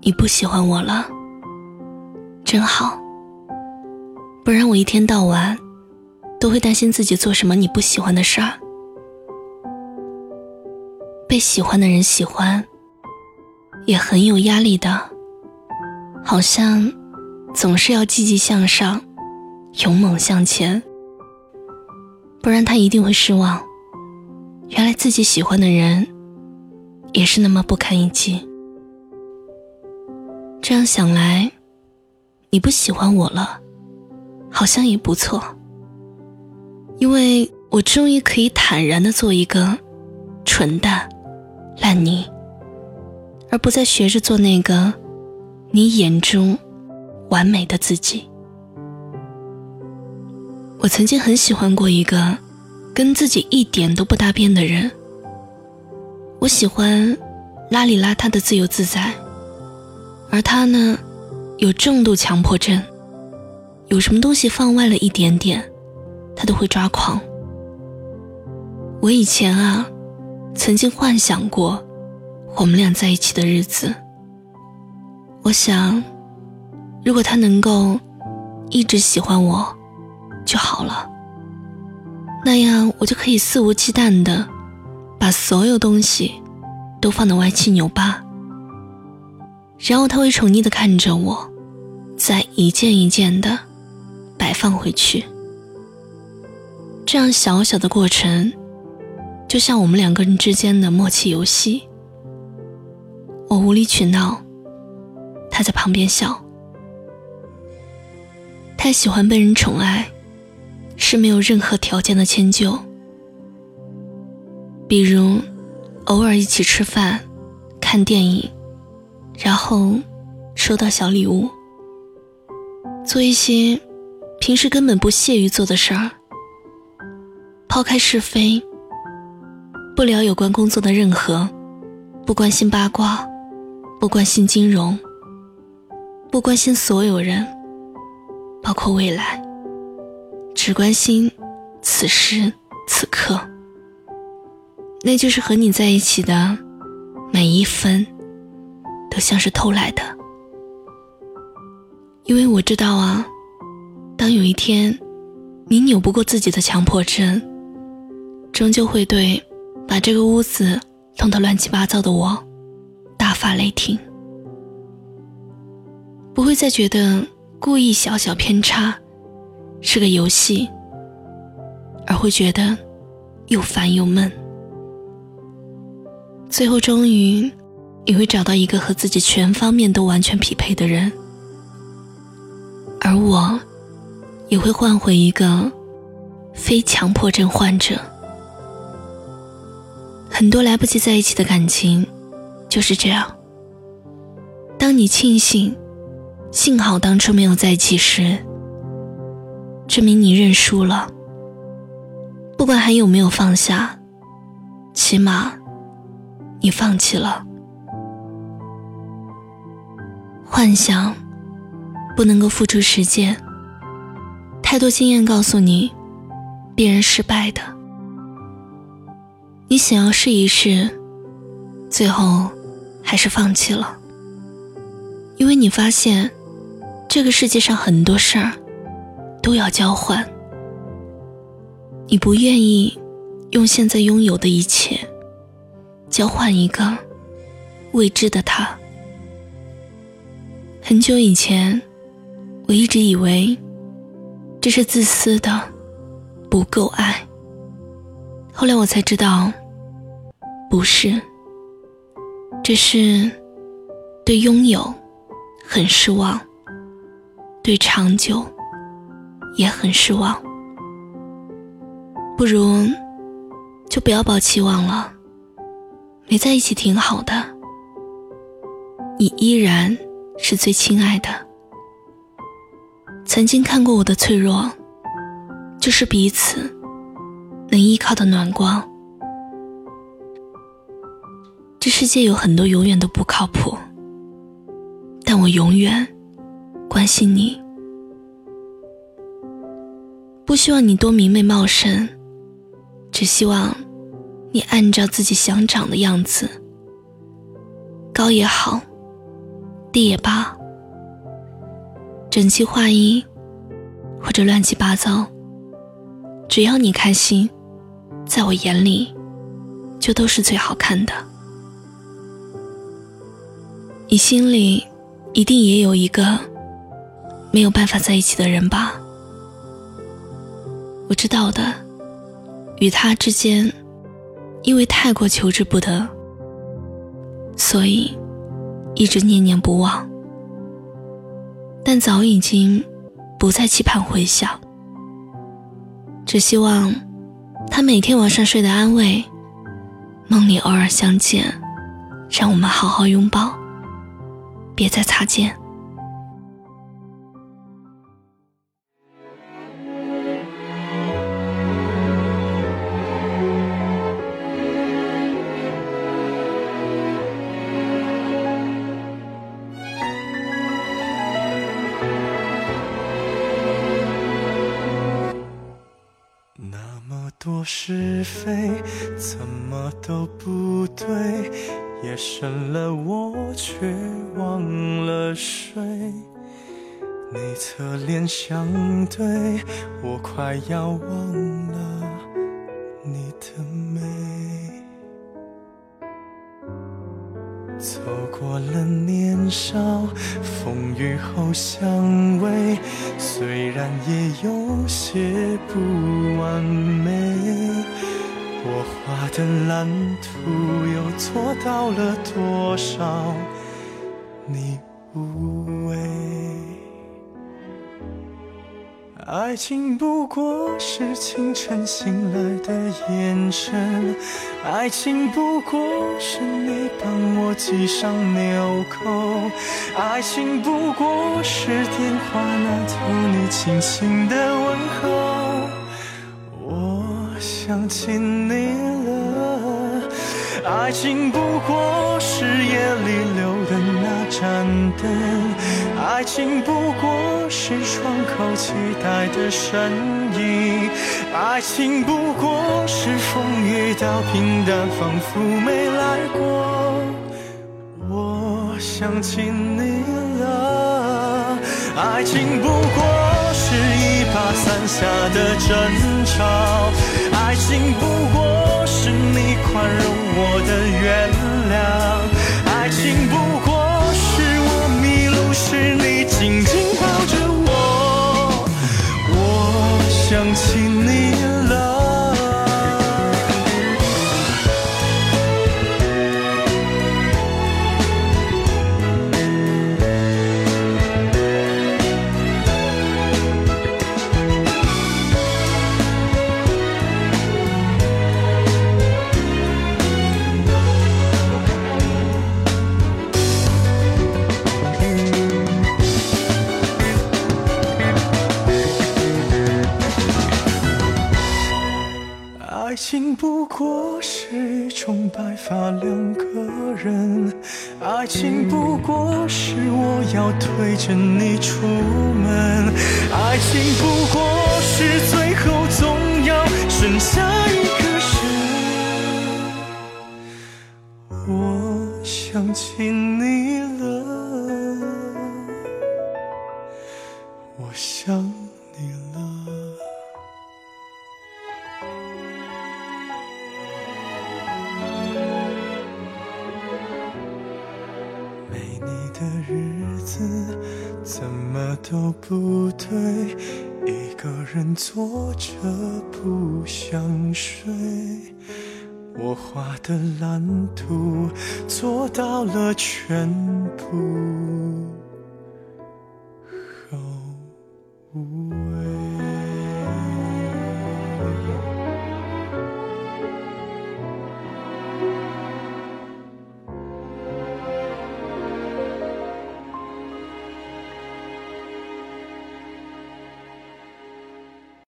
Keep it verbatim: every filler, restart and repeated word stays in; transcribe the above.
你不喜欢我了，真好，不然我一天到晚都会担心自己做什么你不喜欢的事儿。被喜欢的人喜欢也很有压力的，好像总是要积极向上，勇猛向前，不然他一定会失望，原来自己喜欢的人也是那么不堪一击。这样想来，你不喜欢我了，好像也不错，因为我终于可以坦然地做一个蠢蛋烂泥，而不再学着做那个你眼中完美的自己。我曾经很喜欢过一个跟自己一点都不搭边的人，我喜欢邋里邋遢的自由自在，而他呢，有重度强迫症，有什么东西放歪了一点点，他都会抓狂。我以前啊，曾经幻想过我们俩在一起的日子，我想，如果他能够一直喜欢我就好了，那样我就可以肆无忌惮地把所有东西都放得歪七扭八，然后他会宠溺地看着我，再一件一件地摆放回去。这样小小的过程，就像我们两个人之间的默契游戏。我无理取闹，他在旁边笑。太喜欢被人宠爱，是没有任何条件的迁就。比如偶尔一起吃饭看电影，然后收到小礼物，做一些平时根本不屑于做的事儿，抛开是非，不聊有关工作的任何，不关心八卦，不关心金融，不关心所有人，包括未来，只关心此时此刻。那就是和你在一起的每一分都像是偷来的。因为我知道啊，当有一天你扭不过自己的强迫症，终究会对把这个屋子弄得乱七八糟的我大发雷霆，不会再觉得故意小小偏差是个游戏，而会觉得又烦又闷。最后终于你会找到一个和自己全方面都完全匹配的人，而我也会换回一个非强迫症患者。很多来不及在一起的感情就是这样，当你庆幸幸好当初没有在一起时，证明你认输了，不管还有没有放下，起码你放弃了。幻想不能够付出实践，太多经验告诉你必然失败的。你想要试一试，最后还是放弃了，因为你发现这个世界上很多事儿都要交换，你不愿意用现在拥有的一切交换一个未知的他。很久以前，我一直以为这是自私的不够爱，后来我才知道不是，这是对拥有很失望，对长久也很失望。不如就不要抱期望了，没在一起挺好的，你依然是最亲爱的。曾经看过我的脆弱，就是彼此能依靠的暖光。这世界有很多永远都不靠谱，但我永远关心你。不希望你多明媚茂盛，只希望你按照自己想长的样子，高也好， 地也罢，整齐划一或者乱七八糟，只要你开心，在我眼里就都是最好看的。你心里一定也有一个没有办法在一起的人吧？我知道的，与他之间因为太过求之不得，所以一直念念不忘，但早已经不再期盼回响，只希望他每天晚上睡得安慰，梦里偶尔相见，让我们好好拥抱，别再擦肩。 多是非，怎么都不对，夜深了我却忘了睡，你侧脸相对，我快要忘了你的美。走过了年少，风雨后相偎，虽然也有些不完美，我画的蓝图又做到了多少，你无畏。爱情不过是清晨醒来的眼神，爱情不过是你帮我系上纽扣，爱情不过是电话那头你轻轻的问候。我想起你了，爱情不过是夜里留的那盏灯，爱情不过是窗口期待的身影，爱情不过是风雨到平淡仿佛没来过。我想起你了，爱情不过是一把伞下的争吵，爱情不过是你宽容我的原谅，爱情不过是我迷路时你紧紧抱着我。我想起你了，爱情不过是一种白发两个人，爱情不过是我要推着你出门，爱情不过是最后总要剩下一个人。我想起你了，我想你了。没你的日子怎么都不对，一个人坐着不想睡，我画的蓝图做到了全部毫无